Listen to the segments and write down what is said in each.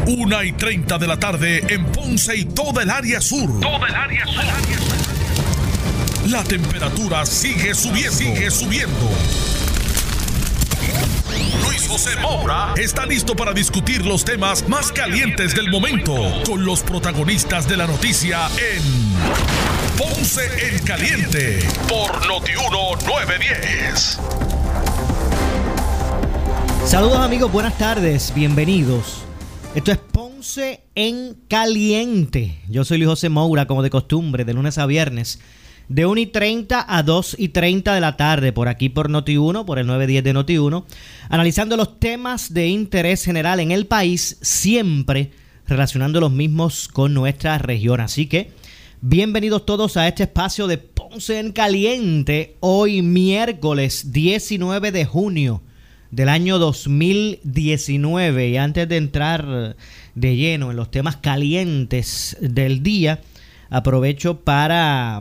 1:30 de la tarde en Ponce y toda el área sur. La temperatura sigue subiendo. Luis José Moura está listo para discutir los temas más calientes del momento con los protagonistas de la noticia en Ponce en Caliente por Noti1 910. Saludos amigos, buenas tardes, bienvenidos. Esto es Ponce en Caliente. Yo soy Luis José Moura, como de costumbre, de lunes a viernes, de 1:30 a 2:30 de la tarde, por aquí por Noti1, por el 910 de Noti1, analizando los temas de interés general en el país, siempre relacionando los mismos con nuestra región. Así que, bienvenidos todos a este espacio de Ponce en Caliente, hoy miércoles 19 de junio del año 2019. Y antes de entrar de lleno en los temas calientes del día, aprovecho para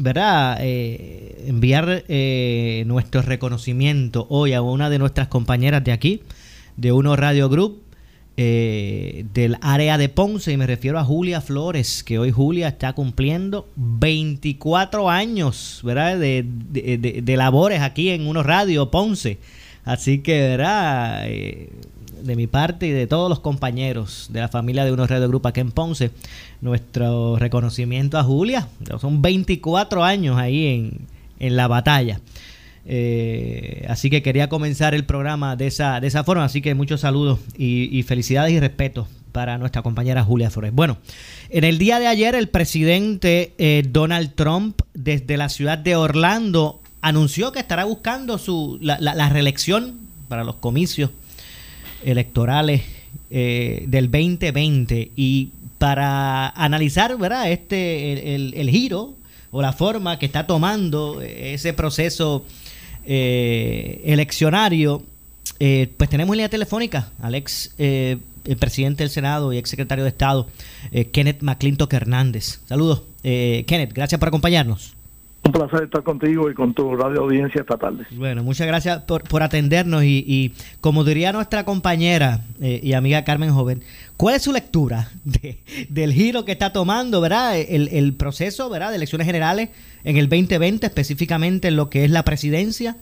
enviar nuestro reconocimiento hoy a una de nuestras compañeras de aquí, de Uno Radio Group, del área de Ponce, y me refiero a Julia Flores, que hoy Julia está cumpliendo 24 años, ¿verdad?, de labores aquí en Uno Radio Ponce. Así que, ¿verdad?, de mi parte y de todos los compañeros de la familia de Uno Radio Group aquí en Ponce, nuestro reconocimiento a Julia. Son 24 años ahí en la batalla. Así que quería comenzar el programa de esa forma. Así que muchos saludos y felicidades y respeto para nuestra compañera Julia Flores. Bueno, en el día de ayer el presidente Donald Trump, desde la ciudad de Orlando, anunció que estará buscando la reelección para los comicios electorales del 2020. Y para analizar, ¿verdad?, el giro o la forma que está tomando ese proceso eleccionario, pues tenemos en línea telefónica al el presidente del Senado y ex secretario de Estado, Kenneth McClintock Hernández. Saludos, Kenneth, gracias por acompañarnos. Un placer estar contigo y con tu radio audiencia esta tarde. Bueno, muchas gracias por atendernos y como diría nuestra compañera y amiga Carmen Joven, ¿cuál es su lectura del giro que está tomando, ¿verdad?, el proceso, ¿verdad?, de elecciones generales en el 2020, específicamente en lo que es la presidencia,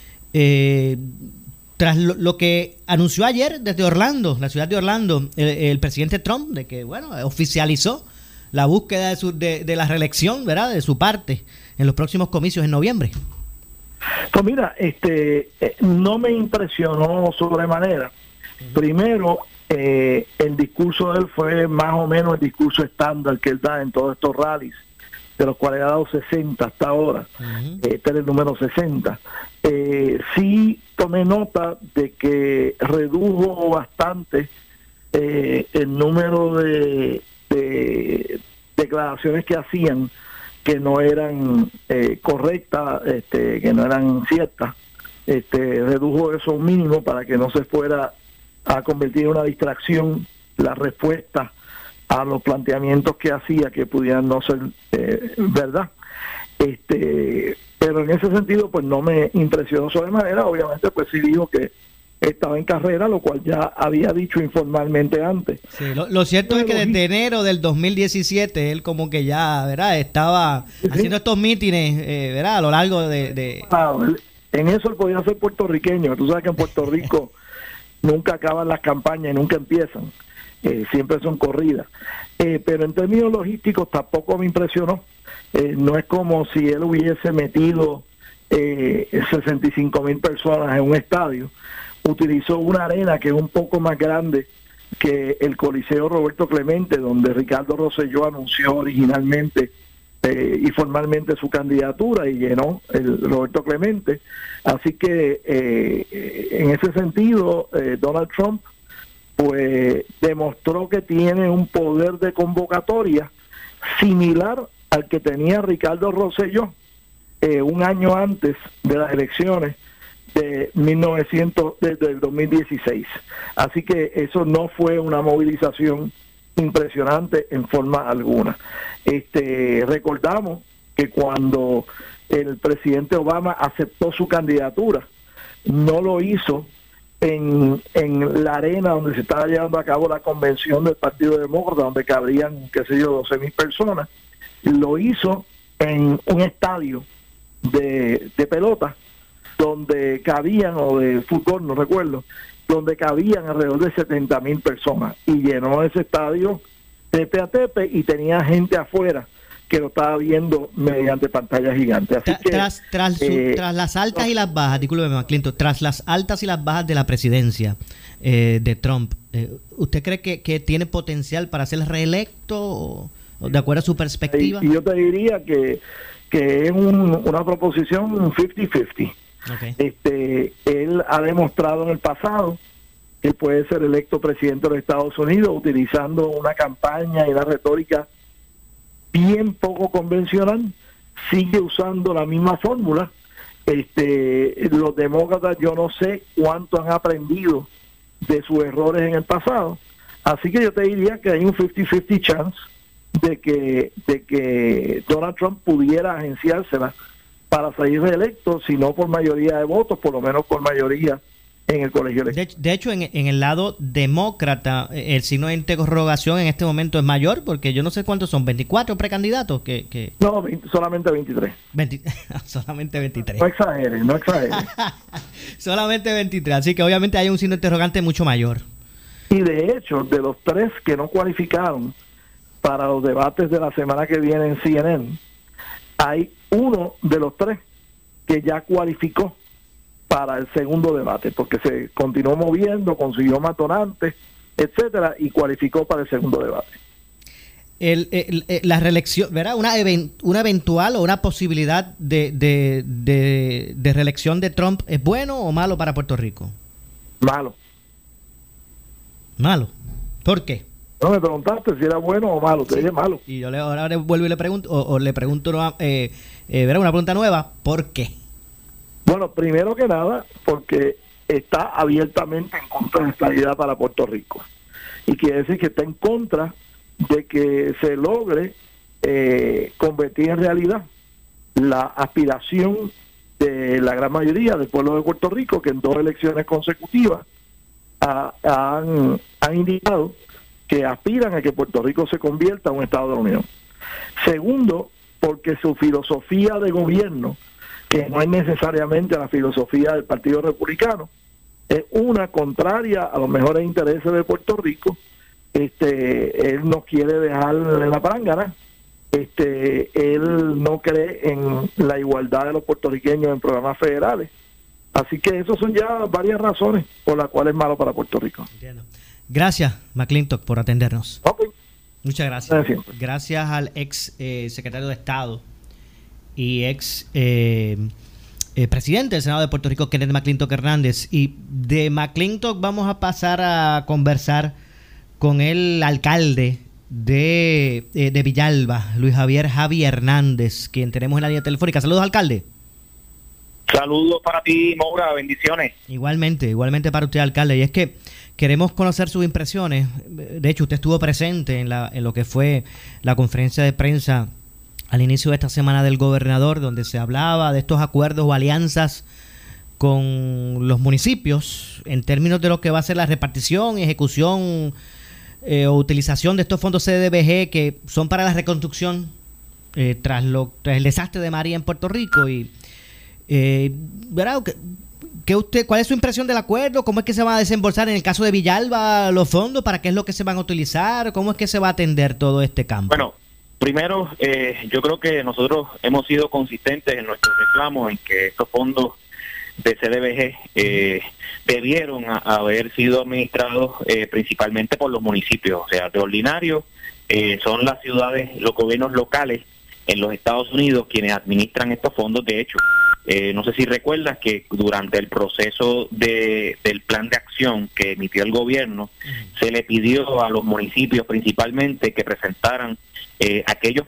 tras lo que anunció ayer desde Orlando, la ciudad de Orlando, el presidente Trump, de que, bueno, oficializó la búsqueda de la reelección, ¿verdad?, de su parte en los próximos comicios en noviembre? Pues mira, no me impresionó sobremanera. Primero, el discurso de él fue más o menos el discurso estándar que él da en todos estos rallies, de los cuales ha dado 60 hasta ahora. Este es el número 60. Sí tomé nota de que redujo bastante el número de declaraciones que hacían que no eran correctas, que no eran ciertas. Redujo eso a un mínimo para que no se fuera a convertir en una distracción la respuesta a los planteamientos que hacía, que pudieran no ser verdad. Pero en ese sentido pues no me impresionó sobremanera. Obviamente pues sí dijo que estaba en carrera, lo cual ya había dicho informalmente antes. Sí, lo cierto es que desde enero del 2017 él como que ya, ¿verdad?, estaba haciendo estos mítines, ¿verdad?, a lo largo de... En eso él podía ser puertorriqueño. Tú sabes que en Puerto Rico nunca acaban las campañas y nunca empiezan. Siempre son corridas. Pero en términos logísticos tampoco me impresionó. No es como si él hubiese metido 65,000 personas en un estadio. Utilizó una arena que es un poco más grande que el Coliseo Roberto Clemente, donde Ricardo Rosselló anunció originalmente y formalmente su candidatura, y llenó el Roberto Clemente. Así que en ese sentido Donald Trump pues demostró que tiene un poder de convocatoria similar al que tenía Ricardo Rosselló un año antes de las elecciones de desde el 2016. Así que eso no fue una movilización impresionante en forma alguna. Recordamos que cuando el presidente Obama aceptó su candidatura, no lo hizo en la arena donde se estaba llevando a cabo la convención del Partido Demócrata, donde cabrían, 12,000 personas. Lo hizo en un estadio de pelota, donde cabían, o de fútbol, no recuerdo, donde cabían alrededor de 70,000 personas. Y llenó ese estadio tepe a tepe y tenía gente afuera que lo estaba viendo mediante pantalla gigante. Así que, tras las altas y las bajas, discúlpeme, McClintock, tras las altas y las bajas de la presidencia de Trump, ¿usted cree que tiene potencial para ser reelecto o de acuerdo a su perspectiva? Y yo te diría que es una proposición 50-50. Okay. Él ha demostrado en el pasado que puede ser electo presidente de los Estados Unidos utilizando una campaña y una retórica bien poco convencional. Sigue usando la misma fórmula. Los demócratas, yo no sé cuánto han aprendido de sus errores en el pasado, así que yo te diría que hay un 50-50 chance de que Donald Trump pudiera agenciársela para salir reelecto, si no por mayoría de votos, por lo menos por mayoría en el colegio electoral. De hecho, en el lado demócrata, el signo de interrogación en este momento es mayor, porque yo no sé cuántos son, 24 precandidatos. No, solamente 23. Solamente 23. No exageres. Solamente 23, así que obviamente hay un signo de interrogante mucho mayor. Y de hecho, de los 3 que no cualificaron para los debates de la semana que viene en CNN, hay uno de los 3 que ya cualificó para el segundo debate, porque se continuó moviendo, consiguió más donantes, etcétera, y cualificó para el segundo debate. La reelección, ¿verdad? Una eventual o una posibilidad de reelección de Trump, ¿es bueno o malo para Puerto Rico? Malo. ¿Por qué? No, me preguntaste si era bueno o malo, te dije malo. Y yo ahora vuelvo y le pregunto, o le pregunto una pregunta nueva, ¿por qué? Bueno, primero que nada, porque está abiertamente en contra de la estabilidad para Puerto Rico. Y quiere decir que está en contra de que se logre convertir en realidad la aspiración de la gran mayoría del pueblo de Puerto Rico, que en 2 elecciones consecutivas han indicado que aspiran a que Puerto Rico se convierta en un Estado de la Unión. Segundo, porque su filosofía de gobierno, que no es necesariamente la filosofía del Partido Republicano, es una contraria a los mejores intereses de Puerto Rico. Él no quiere dejar en la parángana. Él no cree en la igualdad de los puertorriqueños en programas federales. Así que esas son ya varias razones por las cuales es malo para Puerto Rico. Entiendo. Gracias, McClintock, por atendernos. Okay. Muchas gracias. Gracias al ex secretario de Estado y ex presidente del Senado de Puerto Rico, Kenneth McClintock Hernández. Y de McClintock vamos a pasar a conversar con el alcalde de Villalba, Luis Javier Hernández, quien tenemos en la línea telefónica. Saludos, alcalde. Saludos para ti, Moura, bendiciones. Igualmente para usted, alcalde. Y es que queremos conocer sus impresiones. De hecho, usted estuvo presente en lo que fue la conferencia de prensa al inicio de esta semana del gobernador, donde se hablaba de estos acuerdos o alianzas con los municipios en términos de lo que va a ser la repartición, ejecución o utilización de estos fondos CDBG que son para la reconstrucción tras el desastre de María en Puerto Rico. Y ¿verdad? ¿Cuál es su impresión del acuerdo? ¿Cómo es que se va a desembolsar en el caso de Villalba los fondos? ¿Para qué es lo que se van a utilizar? ¿Cómo es que se va a atender todo este campo? Bueno, primero, yo creo que nosotros hemos sido consistentes en nuestros reclamos en que estos fondos de CDBG debieron haber sido administrados principalmente por los municipios. O sea, de ordinario son las ciudades, los gobiernos locales en los Estados Unidos quienes administran estos fondos. De hecho, no sé si recuerdas que durante el proceso del plan de acción que emitió el gobierno, se le pidió a los municipios principalmente que presentaran aquellos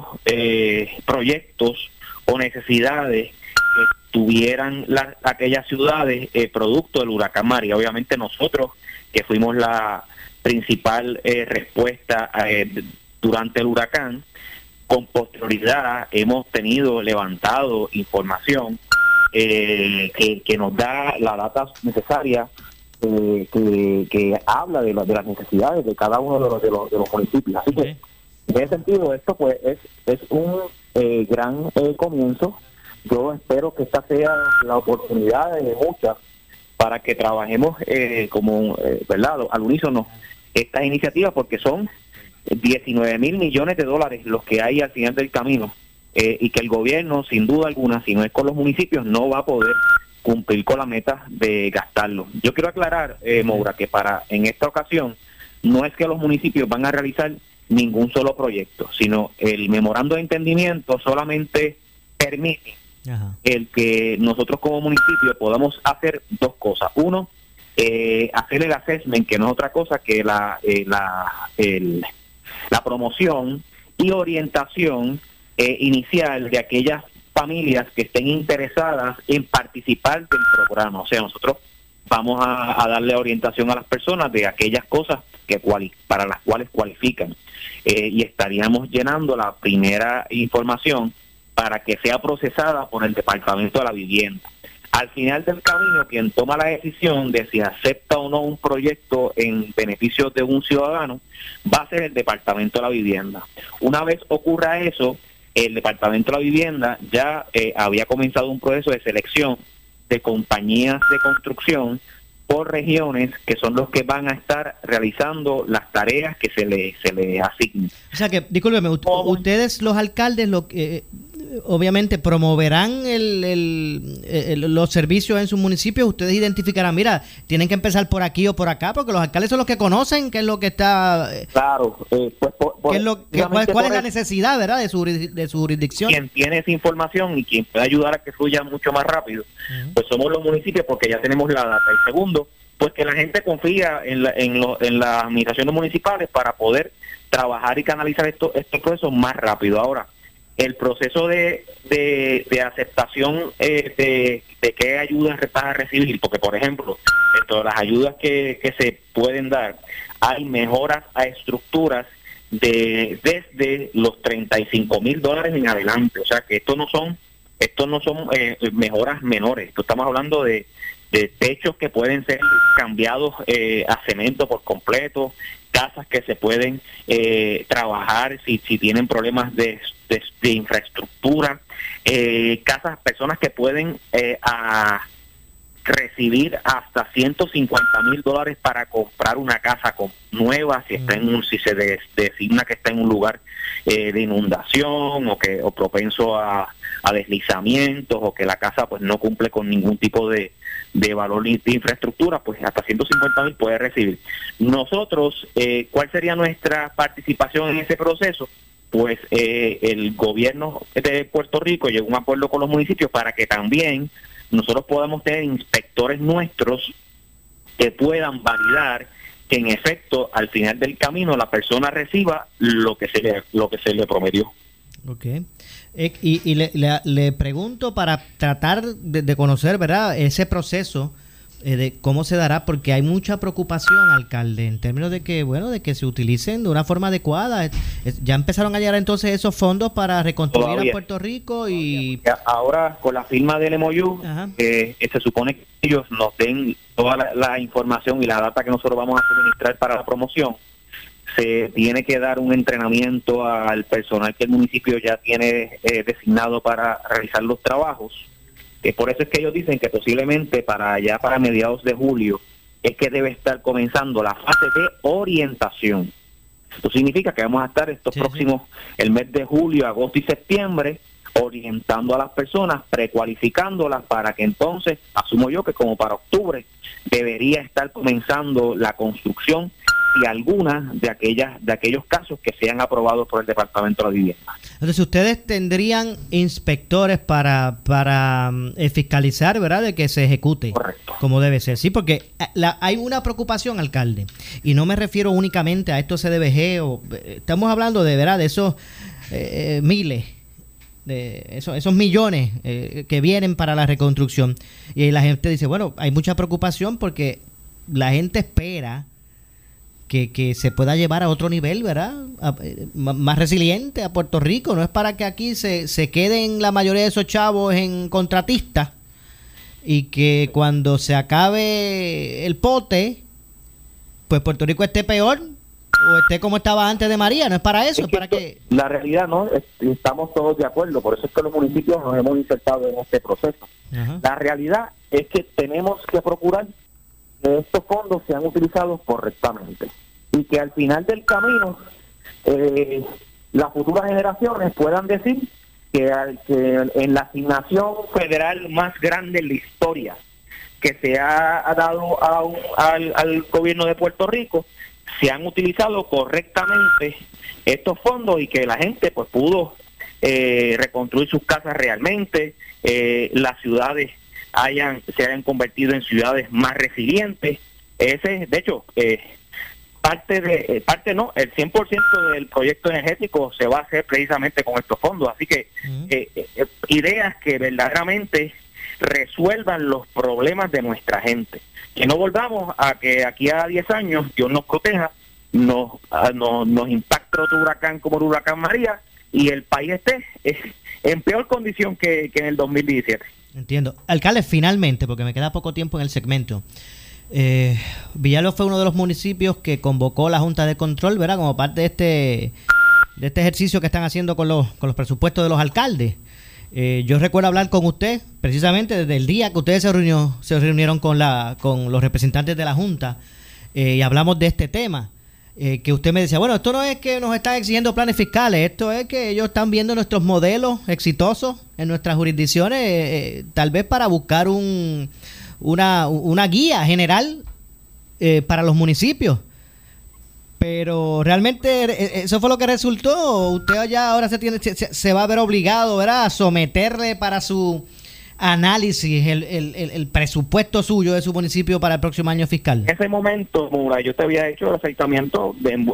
proyectos o necesidades que tuvieran aquellas ciudades producto del huracán María. Obviamente nosotros, que fuimos la principal respuesta durante el huracán, con posterioridad hemos levantado información que nos da la data necesaria que habla de las necesidades de cada uno de los municipios. Así que, en ese sentido, esto pues es un gran comienzo. Yo espero que esta sea la oportunidad de muchas para que trabajemos ¿verdad?, al unísono estas iniciativas, porque son 19 mil millones de dólares los que hay al final del camino, y que el gobierno, sin duda alguna, si no es con los municipios, no va a poder cumplir con la meta de gastarlo. Yo quiero aclarar, Moura, que en esta ocasión no es que los municipios van a realizar ningún solo proyecto, sino el memorando de entendimiento solamente permite el que nosotros como municipio podamos hacer dos cosas. Uno, hacer el assessment, que no es otra cosa que la promoción y orientación inicial de aquellas familias que estén interesadas en participar del programa. O sea, nosotros vamos a darle orientación a las personas de aquellas cosas para las cuales cualifican, y estaríamos llenando la primera información para que sea procesada por el Departamento de la Vivienda. Al final del camino, quien toma la decisión de si acepta o no un proyecto en beneficio de un ciudadano va a ser el Departamento de la Vivienda. Una vez ocurra eso, el Departamento de la Vivienda ya había comenzado un proceso de selección de compañías de construcción por regiones, que son los que van a estar realizando las tareas que se le asignen. O sea que, discúlpeme, ustedes los alcaldes obviamente promoverán los servicios en sus municipios. Ustedes identificarán, mira, tienen que empezar por aquí o por acá, porque los alcaldes son los que conocen qué es lo que está... Claro, pues cuál es la necesidad, ¿verdad?, de su jurisdicción. Quien tiene esa información y quien puede ayudar a que fluya mucho más rápido, pues somos los municipios, porque ya tenemos la data. Y segundo, pues que la gente confía en las administraciones municipales para poder trabajar y canalizar estos procesos más rápido. Ahora, el proceso de aceptación de qué ayudas vas a recibir, porque por ejemplo, dentro de las ayudas que se pueden dar, hay mejoras a estructuras desde los $35,000 en adelante. O sea que estos no son mejoras menores. Estamos hablando de techos que pueden ser cambiados a cemento por completo, casas que se pueden trabajar si tienen problemas de infraestructura, personas que pueden recibir hasta $150,000 para comprar una casa nueva si se designa que está en un lugar de inundación o propenso a deslizamientos, o que la casa pues no cumple con ningún tipo de valor de infraestructura, pues hasta $150,000 puede recibir. Nosotros, ¿cuál sería nuestra participación en ese proceso? Pues el gobierno de Puerto Rico llegó a un acuerdo con los municipios para que también nosotros podamos tener inspectores nuestros que puedan validar que en efecto al final del camino la persona reciba lo que se le prometió. Okay. Y le pregunto para tratar de conocer, ¿verdad?, ese proceso de cómo se dará, porque hay mucha preocupación, alcalde, en términos de que se utilicen de una forma adecuada. Ya empezaron a llegar entonces esos fondos para reconstruir a Puerto Rico y ahora con la firma del MOU se supone que ellos nos den toda la información y la data que nosotros vamos a suministrar para la promoción. Se tiene que dar un entrenamiento al personal que el municipio ya tiene designado para realizar los trabajos. Por eso es que ellos dicen que posiblemente para mediados de julio es que debe estar comenzando la fase de orientación. Esto significa que vamos a estar el mes de julio, agosto y septiembre, orientando a las personas, precualificándolas para que entonces, asumo yo que como para octubre, debería estar comenzando la construcción y algunas de aquellos casos que sean aprobados por el Departamento de la Vivienda. Entonces, ustedes tendrían inspectores para fiscalizar, ¿verdad?, de que se ejecute. Correcto. Como debe ser. Sí, porque hay una preocupación, alcalde, y no me refiero únicamente a estos CDBG, estamos hablando de, ¿verdad?, de esos miles, de esos millones que vienen para la reconstrucción. Y la gente dice, bueno, hay mucha preocupación porque la gente espera que se pueda llevar a otro nivel, ¿verdad?, más resiliente a Puerto Rico. No es para que aquí se queden la mayoría de esos chavos en contratistas y que cuando se acabe el pote, pues Puerto Rico esté peor o esté como estaba antes de María. No es para eso, es para que... La realidad no, estamos todos de acuerdo, por eso es que los municipios nos hemos insertado en este proceso. Ajá. La realidad es que tenemos que procurar que estos fondos sean utilizados correctamente y que al final del camino las futuras generaciones puedan decir que en la asignación federal más grande en la historia que se ha dado al gobierno de Puerto Rico, se han utilizado correctamente estos fondos y que la gente pues pudo reconstruir sus casas realmente, las ciudades se hayan convertido en ciudades más resilientes. Ese, de hecho, el 100% del proyecto energético se va a hacer precisamente con estos fondos, así que ideas que verdaderamente resuelvan los problemas de nuestra gente, que no volvamos a que aquí a 10 años, Dios nos proteja, nos impacte otro huracán como el huracán María y el país esté en peor condición que en el 2017. Entiendo. Alcalde, finalmente, porque me queda poco tiempo en el segmento, Villalba fue uno de los municipios que convocó la Junta de Control, ¿verdad? Como parte de este ejercicio que están haciendo con los presupuestos de los alcaldes. Yo recuerdo hablar con usted precisamente desde el día que ustedes se reunieron con los representantes de la Junta y hablamos de este tema, que usted me decía, bueno, esto no es que nos están exigiendo planes fiscales, esto es que ellos están viendo nuestros modelos exitosos en nuestras jurisdicciones, tal vez para buscar una guía general para los municipios. Pero realmente eso fue lo que resultó. Usted ya ahora se va a ver obligado, ¿verdad?, a someterle para su análisis el presupuesto suyo de su municipio para el próximo año fiscal. En ese momento, Mura, yo te había hecho el acercamiento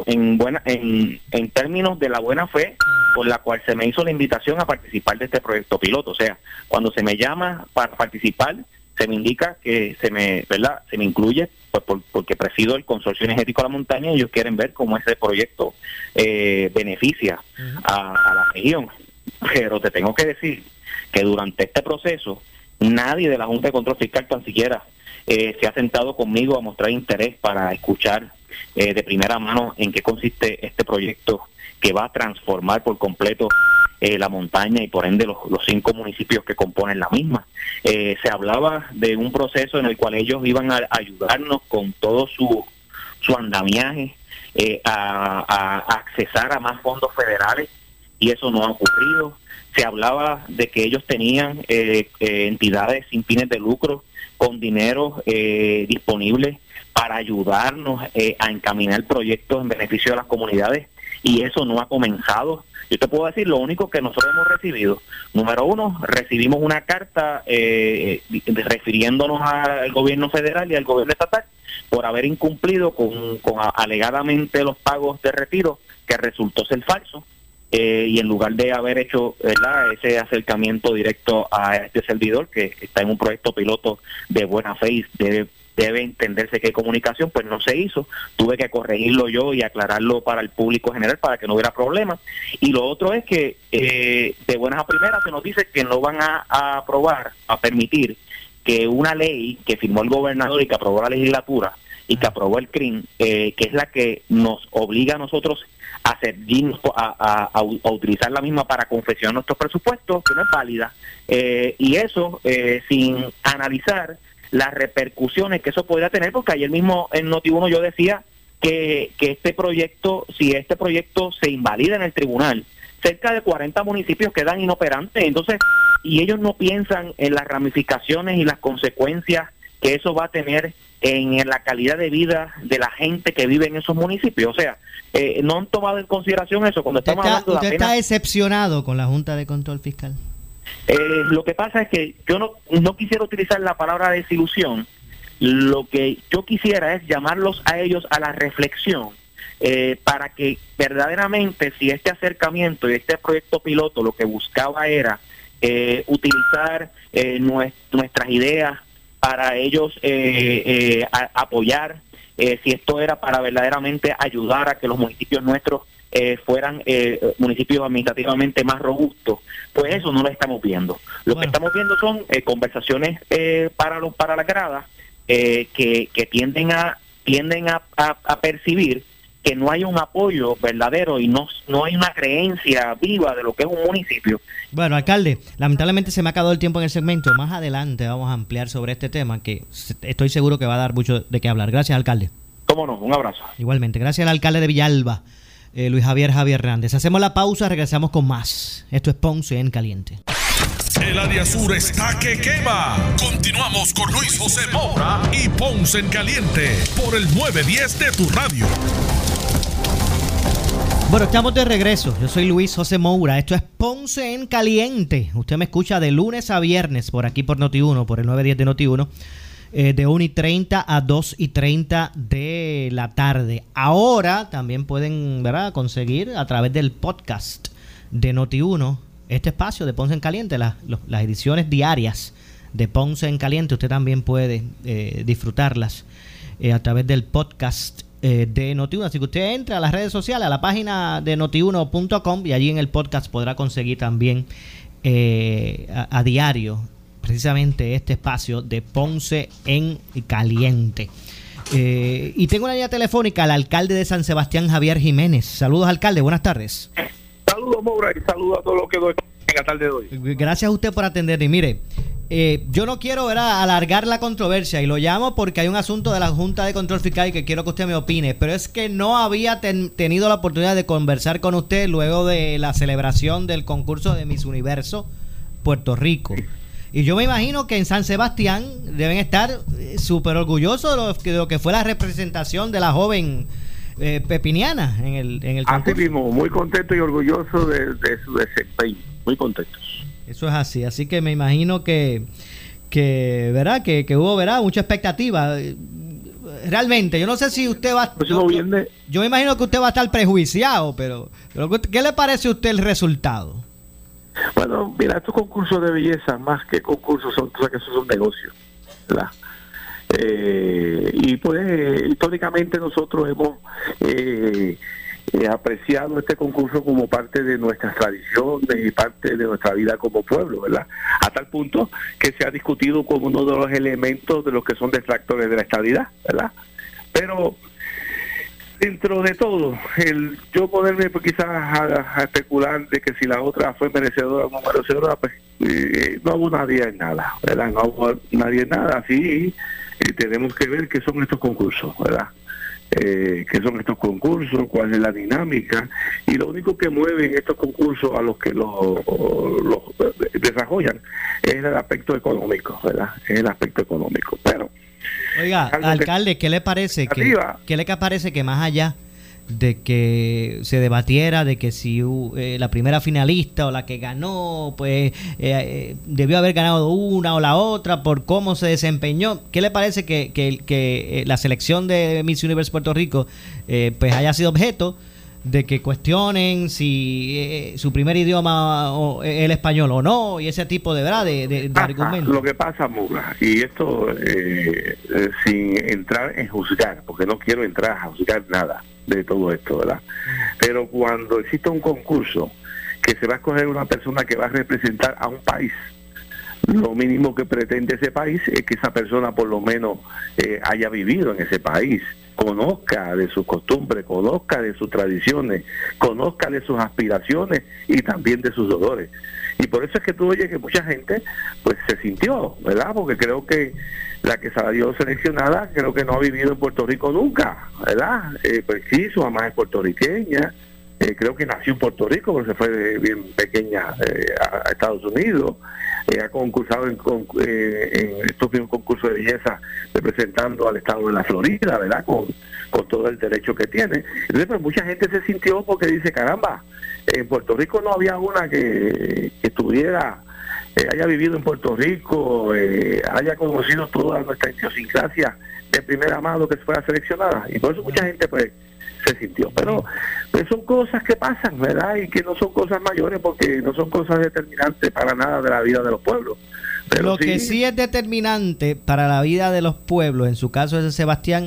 en términos de la buena fe por la cual se me hizo la invitación a participar de este proyecto piloto. O sea, cuando se me llama para participar, se me indica que se me incluye, pues porque presido el Consorcio Energético de la Montaña y ellos quieren ver cómo ese proyecto beneficia a la región. Pero te tengo que decir que durante este proceso nadie de la Junta de Control Fiscal tan siquiera se ha sentado conmigo a mostrar interés para escuchar de primera mano en qué consiste este proyecto que va a transformar por completo la montaña y por ende los 5 municipios que componen la misma. Se hablaba de un proceso en el cual ellos iban a ayudarnos con todo su andamiaje a accesar a más fondos federales y eso no ha ocurrido. Se hablaba de que ellos tenían entidades sin fines de lucro con dinero disponible para ayudarnos a encaminar proyectos en beneficio de las comunidades y eso no ha comenzado. Yo te puedo decir lo único que nosotros hemos recibido. Número 1, recibimos una carta refiriéndonos al gobierno federal y al gobierno estatal por haber incumplido con alegadamente los pagos de retiro, que resultó ser falso, y en lugar de haber hecho, ¿verdad?, ese acercamiento directo a este servidor que está en un proyecto piloto de buena fe y debe entenderse que hay comunicación, pues no se hizo. Tuve que corregirlo yo y aclararlo para el público general para que no hubiera problemas. Y lo otro es que de buenas a primeras se nos dice que no van a aprobar, a permitir que una ley que firmó el gobernador y que aprobó la legislatura y que aprobó el CRIM, que es la que nos obliga a nosotros a utilizar la misma para confeccionar nuestros presupuestos, que no es válida. Y eso sin analizar las repercusiones que eso podría tener, porque ayer mismo en Noti1 yo decía que este proyecto, si este proyecto se invalida en el tribunal, cerca de 40 municipios quedan inoperantes, entonces, y ellos no piensan en las ramificaciones y las consecuencias que eso va a tener en la calidad de vida de la gente que vive en esos municipios. O sea, no han tomado en consideración eso. Cuando estamos hablando de ¿Usted está decepcionado con la Junta de Control Fiscal? Lo que pasa es que yo no quisiera utilizar la palabra desilusión. Lo que yo quisiera es llamarlos a ellos a la reflexión, para que verdaderamente, si este acercamiento y este proyecto piloto lo que buscaba era utilizar nuestras ideas para ellos apoyar si esto era para verdaderamente ayudar a que los municipios nuestros fueran municipios administrativamente más robustos, pues eso no lo estamos viendo. Lo que estamos viendo son conversaciones para la grada que tienden a percibir que no hay un apoyo verdadero y no hay una creencia viva de lo que es un municipio. Bueno, alcalde, lamentablemente se me ha acabado el tiempo en el segmento. Más adelante vamos a ampliar sobre este tema que estoy seguro que va a dar mucho de qué hablar. Gracias, alcalde. Cómo no, un abrazo. Igualmente, gracias al alcalde de Villalba, Luis Javier Hernández. Hacemos la pausa, regresamos con más. Esto es Ponce en Caliente. El área sur está que quema. Continuamos con Luis José Moura y Ponce en Caliente por el 910 de tu radio. Bueno, estamos de regreso. Yo soy Luis José Moura. Esto es Ponce en Caliente. Usted me escucha de lunes a viernes por aquí por Noti1, por el 910 de Noti1, de 1:30 a 2:30 de la tarde. Ahora también pueden, ¿verdad?, conseguir a través del podcast de Noti1 este espacio de Ponce en Caliente, las ediciones diarias de Ponce en Caliente. Usted también puede disfrutarlas a través del podcast de Noti1. Así que usted entra a las redes sociales, a la página de notiuno.com, y allí en el podcast podrá conseguir también a diario precisamente este espacio de Ponce en Caliente. Y tengo una línea telefónica al alcalde de San Sebastián, Javier Jiménez. Saludos, alcalde, buenas tardes. Saludos, Moura, y saludos a todos los que doy en la tarde de hoy. Gracias a usted por atender. Y mire, yo no quiero, ¿verdad?, alargar la controversia, y lo llamo porque hay un asunto de la Junta de Control Fiscal que quiero que usted me opine, pero es que no había tenido la oportunidad de conversar con usted luego de la celebración del concurso de Miss Universo Puerto Rico. Y yo me imagino que en San Sebastián deben estar súper orgullosos de lo que fue la representación de la joven pepiniana en el concurso. Así mismo, muy contento y orgulloso de su desempeño, muy contentos. Eso es así que me imagino que ¿verdad? Que hubo, ¿verdad?, mucha expectativa. Realmente, yo no sé si usted va... Yo me imagino que usted va a estar prejuiciado, pero ¿qué le parece a usted el resultado? Bueno, mira, estos concursos de belleza, más que concursos, son negocios, ¿verdad? Y pues históricamente nosotros hemos apreciado este concurso como parte de nuestras tradiciones y parte de nuestra vida como pueblo, ¿verdad? A tal punto que se ha discutido como uno de los elementos de los que son detractores de la estadidad, ¿verdad? Pero dentro de todo, yo poderme quizás a especular de que si la otra fue merecedora o no merecedora, pues no hubo nadie en nada, ¿verdad? No hubo nadie en nada. Sí, tenemos que ver qué son estos concursos, ¿verdad? Qué son estos concursos, cuál es la dinámica, y lo único que mueve en estos concursos a los que los desarrollan es el aspecto económico, ¿verdad? Es el aspecto económico. Pero oiga, alcalde, ¿qué le parece? ¿Qué le parece que más allá de que se debatiera de que si la primera finalista o la que ganó, pues debió haber ganado una o la otra por cómo se desempeñó, ¿qué le parece que la selección de Miss Universe Puerto Rico pues haya sido objeto de que cuestionen si su primer idioma es el español o no, y ese tipo de verdad de argumentos? Lo que pasa, Mura, y esto sin entrar en juzgar, porque no quiero entrar a juzgar nada de todo esto, ¿verdad? Pero cuando existe un concurso que se va a escoger una persona que va a representar a un país, lo mínimo que pretende ese país es que esa persona por lo menos haya vivido en ese país, conozca de sus costumbres, conozca de sus tradiciones, conozca de sus aspiraciones y también de sus dolores. Y por eso es que tú oyes que mucha gente pues se sintió, ¿verdad? Porque creo que la que salió seleccionada creo que no ha vivido en Puerto Rico nunca, ¿verdad? Pues sí, su mamá es puertorriqueña, creo que nació en Puerto Rico, pero se fue de bien pequeña a Estados Unidos. Ha concursado en estos mismos concursos de belleza representando al estado de la Florida, ¿verdad? Con todo el derecho que tiene. Entonces, pues mucha gente se sintió porque dice, caramba, en Puerto Rico no había una que estuviera, haya vivido en Puerto Rico, haya conocido toda nuestra idiosincrasia de primera mano que fuera seleccionada. Y por eso mucha gente pues se sintió. Pero pues son cosas que pasan, ¿verdad? Y que no son cosas mayores porque no son cosas determinantes para nada de la vida de los pueblos. Pero lo que sí es determinante para la vida de los pueblos, en su caso de Sebastián,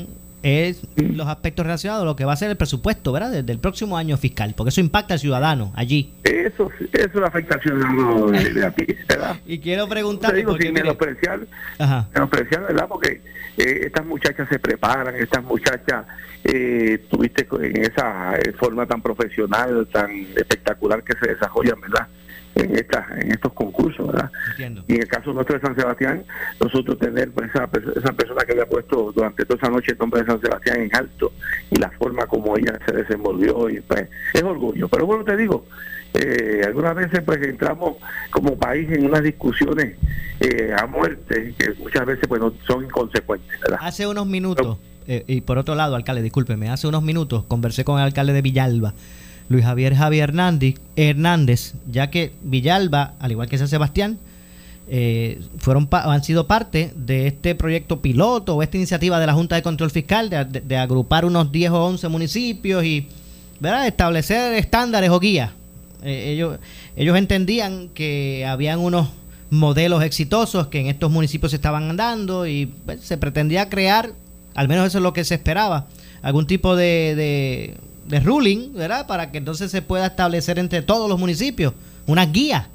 es los aspectos relacionados a lo que va a ser el presupuesto, ¿verdad? Desde el próximo año fiscal, porque eso impacta al ciudadano allí. Eso es afecta al ciudadano de a pie, ¿verdad? Y quiero preguntarte, sin menospreciar, ¿verdad? Porque estas muchachas se preparan, estas muchachas tuviste en esa forma tan profesional, tan espectacular que se desarrollan, ¿verdad? En estos concursos, ¿verdad? Entiendo. Y en el caso nuestro de San Sebastián, nosotros tener pues, esa persona que había puesto durante toda esa noche el nombre de San Sebastián en alto y la forma como ella se desenvolvió, y pues es orgullo. Pero bueno, te digo, algunas veces pues entramos como país en unas discusiones a muerte que muchas veces pues no son inconsecuentes, ¿verdad? Hace unos minutos, y por otro lado, alcalde, discúlpeme, hace unos minutos conversé con el alcalde de Villalba, Luis Javier Hernández, ya que Villalba, al igual que San Sebastián, han sido parte de este proyecto piloto o esta iniciativa de la Junta de Control Fiscal de agrupar unos 10 o 11 municipios y, ¿verdad?, establecer estándares o guías. Ellos entendían que habían unos modelos exitosos que en estos municipios se estaban dando y pues, se pretendía crear, al menos eso es lo que se esperaba, algún tipo de ruling, ¿verdad? Para que entonces se pueda establecer entre todos los municipios unas guías.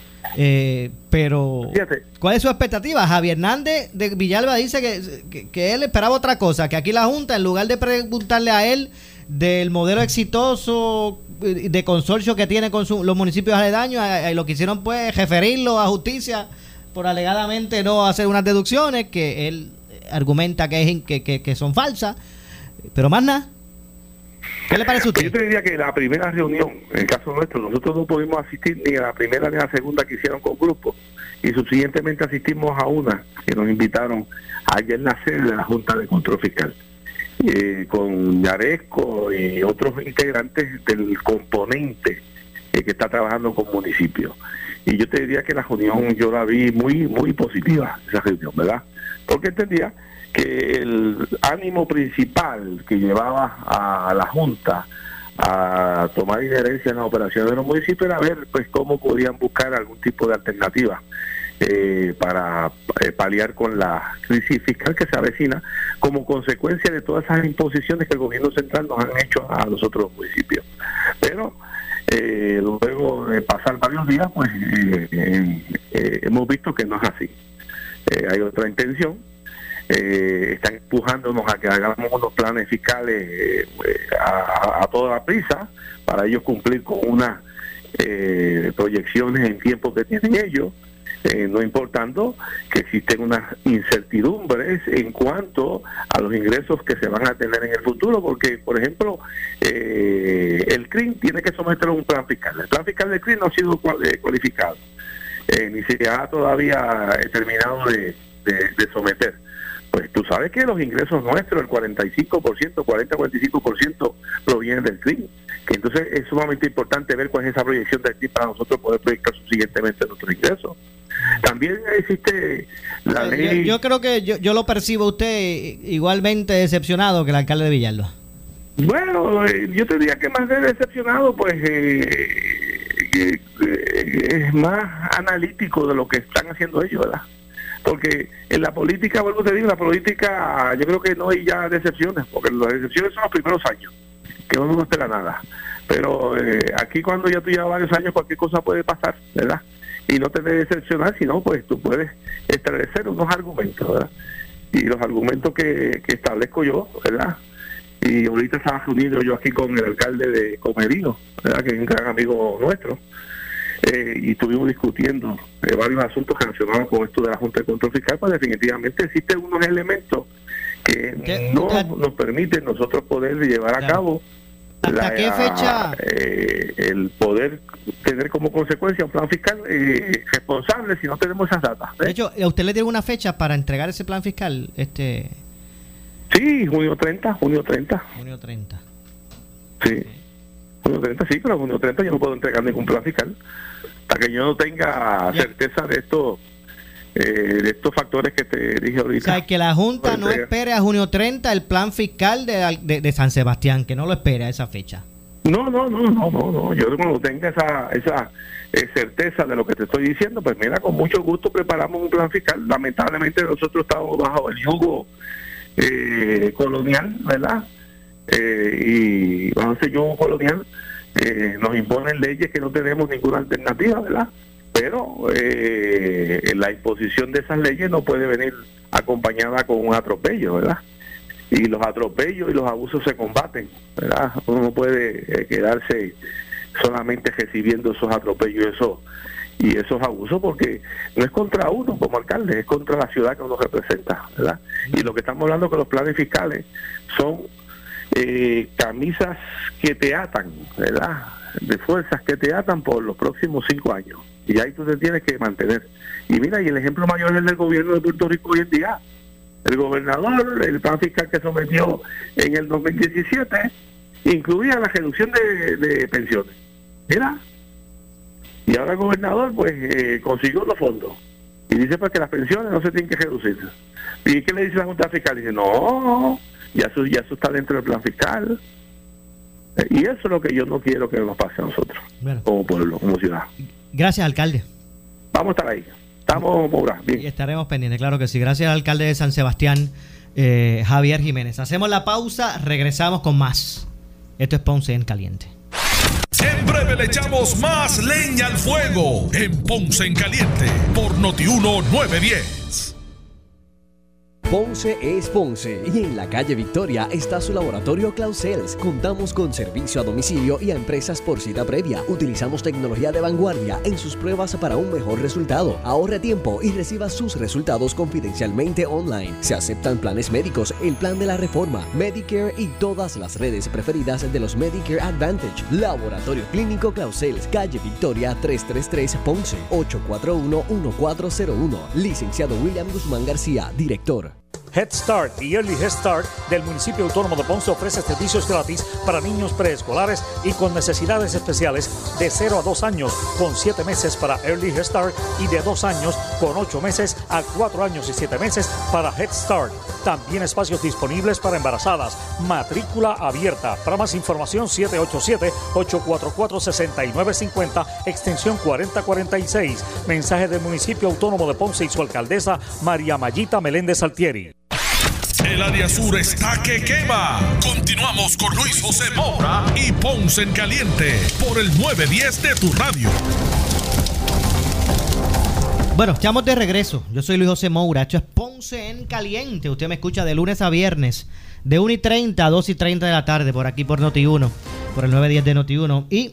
Pero, fíjate, ¿cuál es su expectativa? Javier Hernández de Villalba dice que él esperaba otra cosa, que aquí la Junta, en lugar de preguntarle a él del modelo exitoso de consorcio que tiene con los municipios aledaños, lo que hicieron pues referirlo a justicia por alegadamente no hacer unas deducciones que él argumenta que son falsas, pero más nada. ¿Qué le parece a usted? Yo te diría que la primera reunión, en el caso nuestro, nosotros no pudimos asistir ni a la primera ni a la segunda que hicieron con grupos, y subsiguientemente asistimos a una que nos invitaron ayer en la sede de la Junta de Control Fiscal, con Yaresco y otros integrantes del componente que está trabajando con municipios. Y yo te diría que la reunión yo la vi muy, muy positiva, esa reunión, ¿verdad? Porque entendía que el ánimo principal que llevaba a la Junta a tomar injerencia en las operaciones de los municipios era ver pues cómo podían buscar algún tipo de alternativa para paliar con la crisis fiscal que se avecina como consecuencia de todas esas imposiciones que el gobierno central nos han hecho a los otros municipios. Pero luego de pasar varios días pues hemos visto que no es así. Hay otra intención. Están empujándonos a que hagamos unos planes fiscales a toda la prisa para ellos cumplir con unas proyecciones en tiempo que tienen ellos, no importando que existen unas incertidumbres en cuanto a los ingresos que se van a tener en el futuro, porque por ejemplo el CRIM tiene que someterlo a un plan fiscal. El plan fiscal del CRIM no ha sido cualificado, ni se ha todavía terminado de someter. Pues tú sabes que los ingresos nuestros, el 40-45% provienen del CRIM, que entonces es sumamente importante ver cuál es esa proyección del CRIM para nosotros poder proyectar subsiguientemente nuestros ingresos. También existe la ley... Yo creo que yo lo percibo usted igualmente decepcionado que el alcalde de Villalba. Bueno, yo te diría que más de decepcionado, pues es más analítico de lo que están haciendo ellos, ¿verdad? Porque en la política, vuelvo te digo, la política yo creo que no hay ya decepciones, porque las decepciones son los primeros años, que uno no espera nada. Pero aquí cuando ya tú llevas varios años, cualquier cosa puede pasar, ¿verdad? Y no te debes decepcionar, sino pues tú puedes establecer unos argumentos, ¿verdad? Y los argumentos que establezco yo, ¿verdad? Y ahorita estaba reunido yo aquí con el alcalde de Comerío, ¿verdad? Que es un gran amigo nuestro. Y estuvimos discutiendo varios asuntos relacionados con esto de la Junta de Control Fiscal, pues definitivamente existen unos elementos que no nos permiten nosotros poder llevar a cabo ¿hasta qué fecha? El poder tener como consecuencia un plan fiscal responsable si no tenemos esas datas. De hecho, ¿a usted le dio una fecha para entregar ese plan fiscal? Sí, junio 30. Junio 30. Sí. Junio 30, sí, pero junio 30 yo no puedo entregar ningún plan fiscal hasta que yo no tenga certeza de estos factores que te dije ahorita. O sea, que la Junta no espere a junio 30 el plan fiscal de San Sebastián, que no lo espere a esa fecha. No. Yo cuando tenga esa certeza de lo que te estoy diciendo, pues mira, con mucho gusto preparamos un plan fiscal. Lamentablemente nosotros estamos bajo el yugo colonial, ¿verdad? Y bajo ese yugo colonial nos imponen leyes que no tenemos ninguna alternativa, ¿verdad? Pero la imposición de esas leyes no puede venir acompañada con un atropello, ¿verdad? Y los atropellos y los abusos se combaten, ¿verdad? Uno no puede quedarse solamente recibiendo esos atropellos y esos abusos, porque no es contra uno como alcalde, es contra la ciudad que uno representa, ¿verdad? Y lo que estamos hablando con los planes fiscales son camisas que te atan, ¿verdad? De fuerzas que te atan por los próximos 5 años. Y ahí tú te tienes que mantener. Y mira, y el ejemplo mayor es el del gobierno de Puerto Rico hoy en día. El gobernador, el plan fiscal que sometió en el 2017, incluía la reducción de pensiones. Mira, y ahora el gobernador pues consiguió los fondos. Y dice pues que las pensiones no se tienen que reducir. ¿Y qué le dice la Junta Fiscal? Dice, no, ya eso está dentro del plan fiscal. Y eso es lo que yo no quiero que nos pase a nosotros, bueno, como pueblo, como ciudad. Gracias, alcalde. Vamos a estar ahí. Estamos, Moura, bien. Y estaremos pendientes, claro que sí. Gracias al alcalde de San Sebastián, Javier Jiménez. Hacemos la pausa, regresamos con más. Esto es Ponce en Caliente. En breve le echamos más leña al fuego en Ponce en Caliente por Noti1 910. Ponce es Ponce y en la calle Victoria está su laboratorio Clausel's. Contamos con servicio a domicilio y a empresas por cita previa. Utilizamos tecnología de vanguardia en sus pruebas para un mejor resultado. Ahorre tiempo y reciba sus resultados confidencialmente online. Se aceptan planes médicos, el plan de la reforma, Medicare y todas las redes preferidas de los Medicare Advantage. Laboratorio Clínico Clausel's, calle Victoria 333 Ponce, 841-1401. Licenciado William Guzmán García, director. Head Start y Early Head Start del municipio autónomo de Ponce ofrece servicios gratis para niños preescolares y con necesidades especiales de 0 a 2 años, con 7 meses para Early Head Start y de 2 años con 8 meses a 4 años y 7 meses para Head Start. También espacios disponibles para embarazadas. Matrícula abierta. Para más información, 787-844-6950, extensión 4046. Mensaje del municipio autónomo de Ponce y su alcaldesa, María Mayita Meléndez Altieri. El área sur está que quema. Continuamos con Luis José Moura y Ponce en Caliente por el 910 de tu radio. Bueno, estamos de regreso. Yo soy Luis José Moura. Esto es Ponce en Caliente. Usted me escucha de lunes a viernes, de 1:30 a 2:30 de la tarde, por aquí por Noti1, por el 910 de Noti1. Y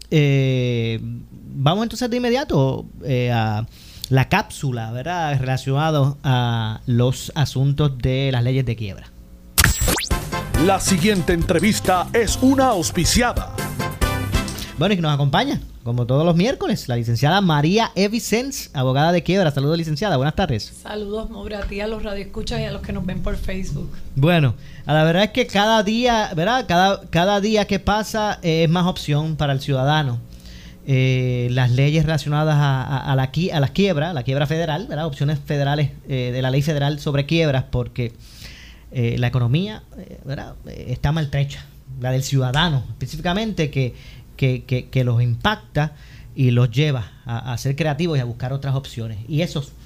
vamos entonces de inmediato a la cápsula, ¿verdad?, relacionado a los asuntos de las leyes de quiebra. La siguiente entrevista es una auspiciada. Bueno, y que nos acompaña, como todos los miércoles, la licenciada María E. Vicens, abogada de quiebra. Saludos, licenciada, buenas tardes. Saludos, Moura, a ti, a los radioescuchas y a los que nos ven por Facebook. Bueno, la verdad es que cada día, ¿verdad?, cada día que pasa es más opción para el ciudadano. Las leyes relacionadas a la quiebra federal, ¿verdad?, opciones federales de la ley federal sobre quiebras, porque la economía, ¿verdad?, está maltrecha, la del ciudadano específicamente, que los impacta y los lleva a ser creativos y a buscar otras opciones. Y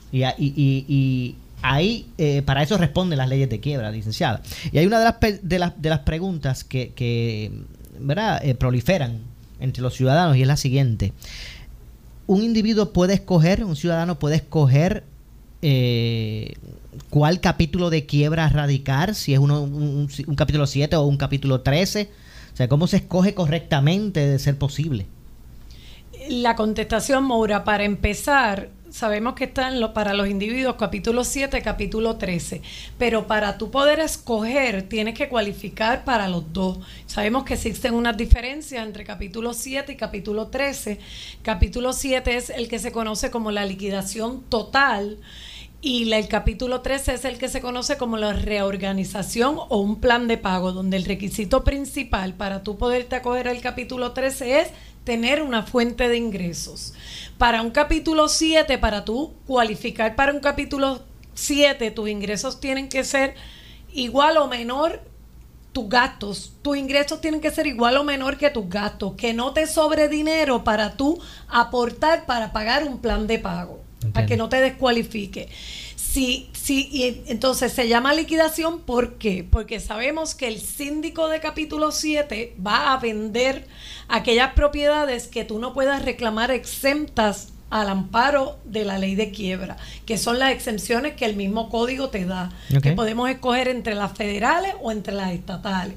ahí para eso responden las leyes de quiebra, licenciada. Y hay una de las preguntas que ¿verdad?, proliferan entre los ciudadanos, y es la siguiente: un ciudadano puede escoger cuál capítulo de quiebra radicar, si es un capítulo 7 o un capítulo 13. O sea, ¿cómo se escoge correctamente de ser posible? La contestación, Moura, para empezar, sabemos que están para los individuos capítulo 7, capítulo 13, pero para tú poder escoger tienes que cualificar para los dos. Sabemos que existen unas diferencias entre capítulo 7 y capítulo 13. Capítulo 7 es el que se conoce como la liquidación total, y el capítulo 13 es el que se conoce como la reorganización o un plan de pago, donde el requisito principal para tú poderte acoger al capítulo 13 es tener una fuente de ingresos. Para un capítulo 7, para tú cualificar para un capítulo 7, tus ingresos tienen que ser igual o menor tus gastos. Tus ingresos tienen que ser igual o menor que tus gastos, que no te sobre dinero para tú aportar para pagar un plan de pago. Entiendo. Para que no te descualifique. Sí, y entonces se llama liquidación, ¿por qué? Porque sabemos que el síndico de capítulo 7 va a vender aquellas propiedades que tú no puedas reclamar exentas al amparo de la ley de quiebra, que son las exenciones que el mismo código te da, que podemos escoger entre las federales o entre las estatales.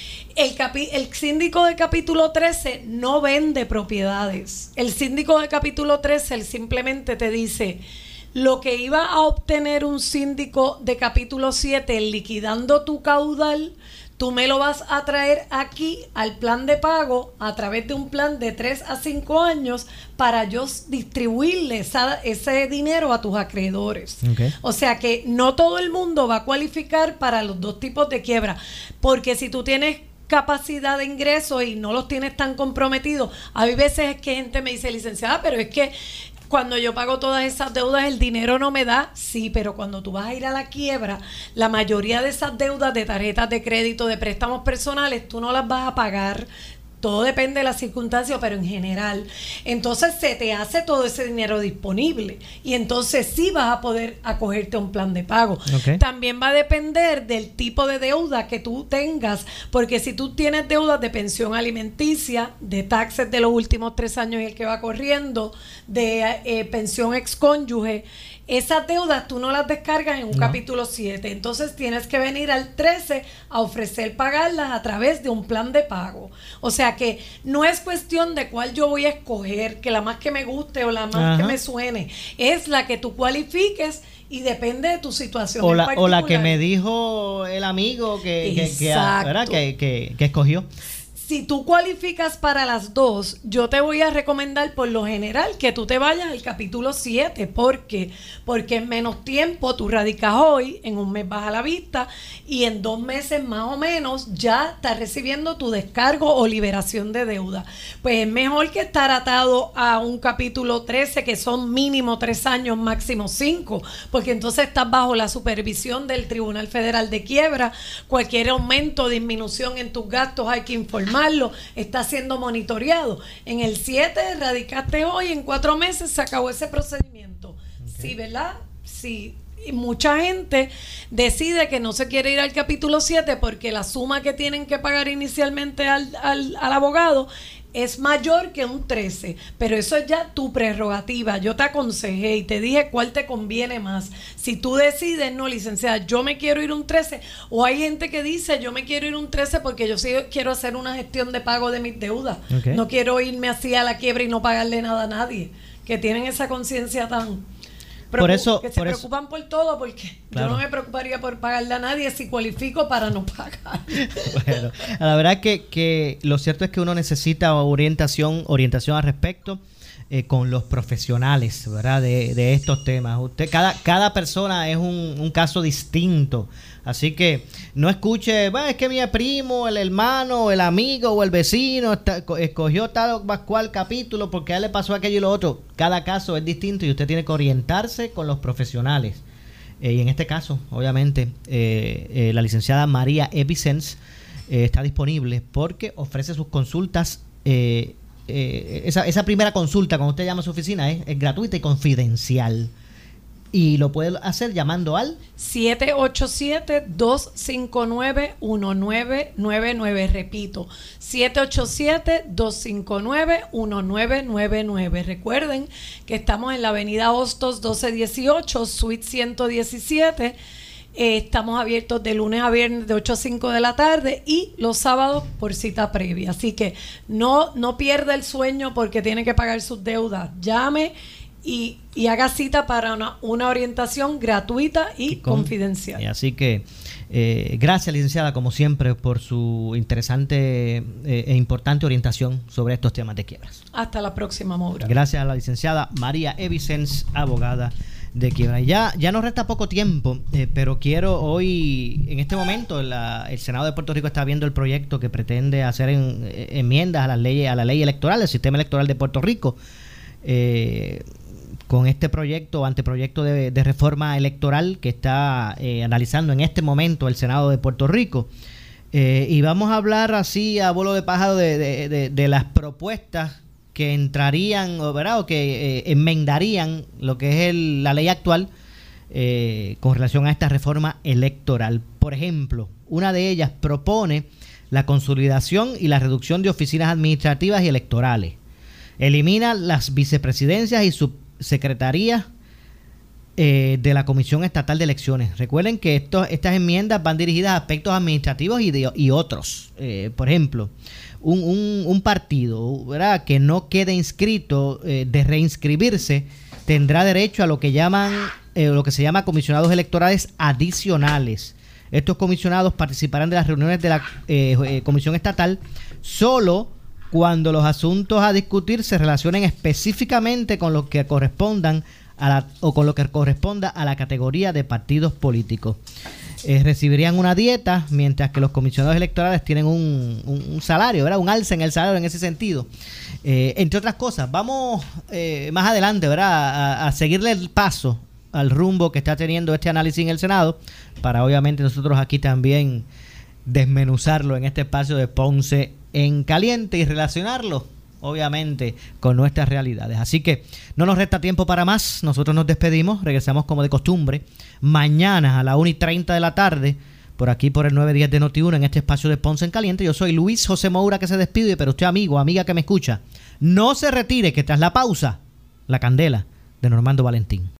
El síndico de capítulo 13 no vende propiedades. El síndico de capítulo 13 él simplemente te dice: lo que iba a obtener un síndico de capítulo 7 liquidando tu caudal, tú me lo vas a traer aquí al plan de pago a través de un plan de 3 a 5 años para yo distribuirle ese dinero a tus acreedores. O sea que no todo el mundo va a cualificar para los dos tipos de quiebra, porque si tú tienes capacidad de ingreso y no los tienes tan comprometidos, hay veces que gente me dice: licenciada, pero es que cuando yo pago todas esas deudas el dinero no me da. Sí, pero cuando tú vas a ir a la quiebra, la mayoría de esas deudas de tarjetas de crédito, de préstamos personales, tú no las vas a pagar. Todo depende de las circunstancias, pero en general. Entonces se te hace todo ese dinero disponible y entonces sí vas a poder acogerte a un plan de pago. También va a depender del tipo de deuda que tú tengas, porque si tú tienes deudas de pensión alimenticia, de taxes de los últimos 3 años y el que va corriendo, de pensión excónyuge, esas deudas tú no las descargas en un capítulo 7, entonces tienes que venir al 13 a ofrecer pagarlas a través de un plan de pago. O sea que no es cuestión de cuál yo voy a escoger, que la más que me guste o la más que me suene, es la que tú cualifiques y depende de tu situación o la que me dijo el amigo que escogió. Si tú cualificas para las dos, yo te voy a recomendar por lo general que tú te vayas al capítulo 7. ¿Por qué? Porque en menos tiempo tú radicas hoy, en un mes vas a la vista y en 2 meses más o menos ya estás recibiendo tu descargo o liberación de deuda. Pues es mejor que estar atado a un capítulo 13 que son mínimo 3 años, máximo 5, porque entonces estás bajo la supervisión del Tribunal Federal de Quiebra. Cualquier aumento o disminución en tus gastos hay que informar. Está siendo monitoreado. En el 7 radicaste hoy, en 4 meses se acabó ese procedimiento. Sí, ¿verdad? Sí. Y mucha gente decide que no se quiere ir al capítulo 7 porque la suma que tienen que pagar inicialmente al abogado es mayor que un 13, pero eso es ya tu prerrogativa. Yo te aconsejé y te dije cuál te conviene más. Si tú decides, no, licenciada, yo me quiero ir un 13, o hay gente que dice, yo me quiero ir un 13 porque yo sí quiero hacer una gestión de pago de mis deudas. No quiero irme así a la quiebra y no pagarle nada a nadie, que tienen esa conciencia tan... que se preocupan por todo, porque yo no me preocuparía por pagarle a nadie si cualifico para no pagar. Bueno, la verdad que lo cierto es que uno necesita orientación al respecto con los profesionales, ¿verdad? De estos temas. Cada persona es un caso distinto. Así que no escuche, es que mi primo, el hermano, el amigo o el vecino escogió tal o cual capítulo porque a él le pasó aquello y lo otro. Cada caso es distinto y usted tiene que orientarse con los profesionales. Y en este caso, obviamente, la licenciada María E. Vicens está disponible porque ofrece sus consultas. Esa primera consulta cuando usted llama a su oficina es gratuita y confidencial. Y lo puede hacer llamando al 787-259-1999. Repito, 787-259-1999. Recuerden que estamos en la avenida Hostos 1218, suite 117. Estamos abiertos de lunes a viernes de 8 a 5 de la tarde y los sábados por cita previa. Así que no pierda el sueño porque tiene que pagar sus deudas. Llame y haga cita para una orientación gratuita y confidencial. Así que gracias, licenciada, como siempre, por su interesante e importante orientación sobre estos temas de quiebras. Hasta la próxima, Moura. Gracias a la licenciada María E. Vicens, abogada de quiebra. Ya nos resta poco tiempo, pero quiero hoy, en este momento, el Senado de Puerto Rico está viendo el proyecto que pretende hacer enmiendas a la ley electoral, el sistema electoral de Puerto Rico. Con este anteproyecto de reforma electoral que está analizando en este momento el Senado de Puerto Rico. Y vamos a hablar así a vuelo de pájaro de las propuestas que entrarían, ¿verdad? O que enmendarían lo que es la ley actual con relación a esta reforma electoral. Por ejemplo, una de ellas propone la consolidación y la reducción de oficinas administrativas y electorales. Elimina las vicepresidencias y subsecretarías de la Comisión Estatal de Elecciones. Recuerden que estas enmiendas van dirigidas a aspectos administrativos y otros. Por ejemplo, un partido, ¿verdad?, que no quede inscrito, de reinscribirse, tendrá derecho a lo que se llama comisionados electorales adicionales. Estos comisionados participarán de las reuniones de la Comisión Estatal solo cuando los asuntos a discutir se relacionen específicamente con lo que correspondan con lo que corresponda a la categoría de partidos políticos. Recibirían una dieta, mientras que los comisionados electorales tienen un salario, ¿verdad?, un alza en el salario en ese sentido. Entre otras cosas, vamos más adelante, ¿verdad?, a seguirle el paso al rumbo que está teniendo este análisis en el Senado, para obviamente nosotros aquí también desmenuzarlo en este espacio de Ponce en Caliente y relacionarlo obviamente con nuestras realidades. Así que no nos resta tiempo para más. Nosotros nos despedimos, regresamos como de costumbre mañana a la 1:30 de la tarde por aquí por el 910 de Noti1 en este espacio de Ponce en Caliente. Yo soy Luis José Moura, que se despide, pero usted, amigo, amiga que me escucha, no se retire, que tras la pausa, la candela de Normando Valentín.